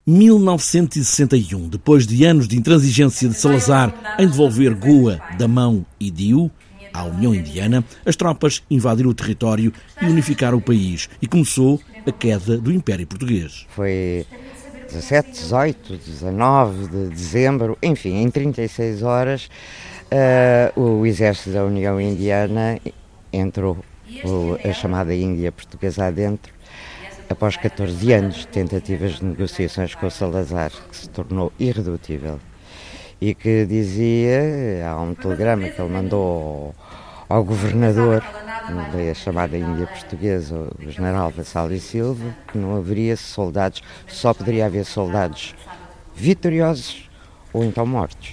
1961, depois de anos de intransigência de Salazar em devolver Goa, Damão e Diu à União Indiana, as tropas invadiram o território e unificaram o país e começou a queda do Império Português. Foi 17, 18, 19 de dezembro, enfim, em 36 horas, o exército da União Indiana entrou a chamada Índia Portuguesa adentro, após 14 anos de tentativas de negociações com o Salazar, que se tornou irredutível. E que dizia, há um telegrama que ele mandou ao governador da chamada Índia Portuguesa, o general Vassal e Silva, que não haveria soldados, só poderia haver soldados vitoriosos ou então mortos.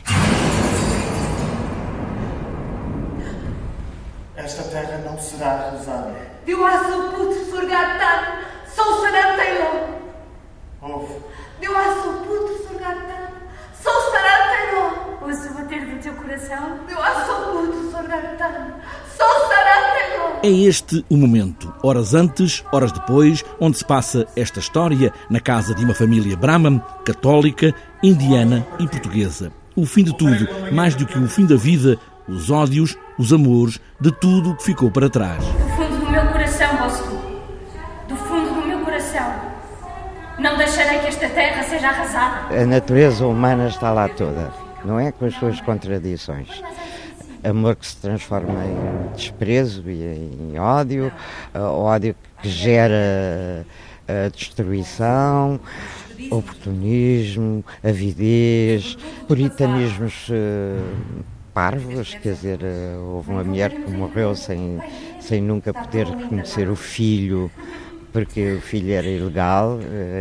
Esta terra não será arrasada. Eu acho puto surgatado, sou saranteiro. Ouve. Eu acho puto surgatado, sou saranteiro. Ouço o bater do teu coração. Eu acho puto surgatado, sou saranteiro. É este o momento, horas antes, horas depois, onde se passa esta história na casa de uma família Brahman, católica, indiana e portuguesa. O fim de tudo, mais do que o fim da vida, os ódios, os amores, de tudo o que ficou para trás. Do fundo do meu coração, Bosco. Do fundo do meu coração. Não deixarei que esta terra seja arrasada. A natureza humana está lá toda, não é? Com as suas contradições. Amor que se transforma em desprezo e em ódio, ódio que gera a destruição, oportunismo, avidez, puritanismos parvos, quer dizer, houve uma mulher que morreu sem nunca poder reconhecer o filho, porque o filho era ilegal,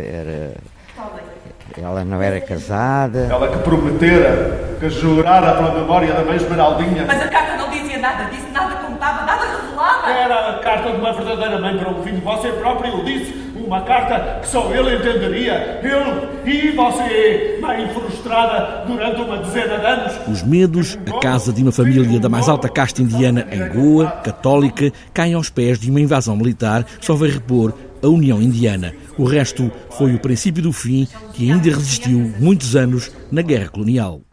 ela não era casada. Ela que prometera, que jurara pela memória da mãe Esmeraldinha. Mas a carta não dizia nada disso, nada contava, nada revelava. Era a carta de uma verdadeira mãe para um filho. Você próprio o disse. Uma carta que só ele entenderia. Ele e você, mãe frustrada durante uma dezena de anos. Os medos, a casa de uma família da mais alta casta indiana em Goa, católica, caem aos pés de uma invasão militar que só veio repor a União Indiana. O resto foi o princípio do fim, que ainda resistiu muitos anos na guerra colonial.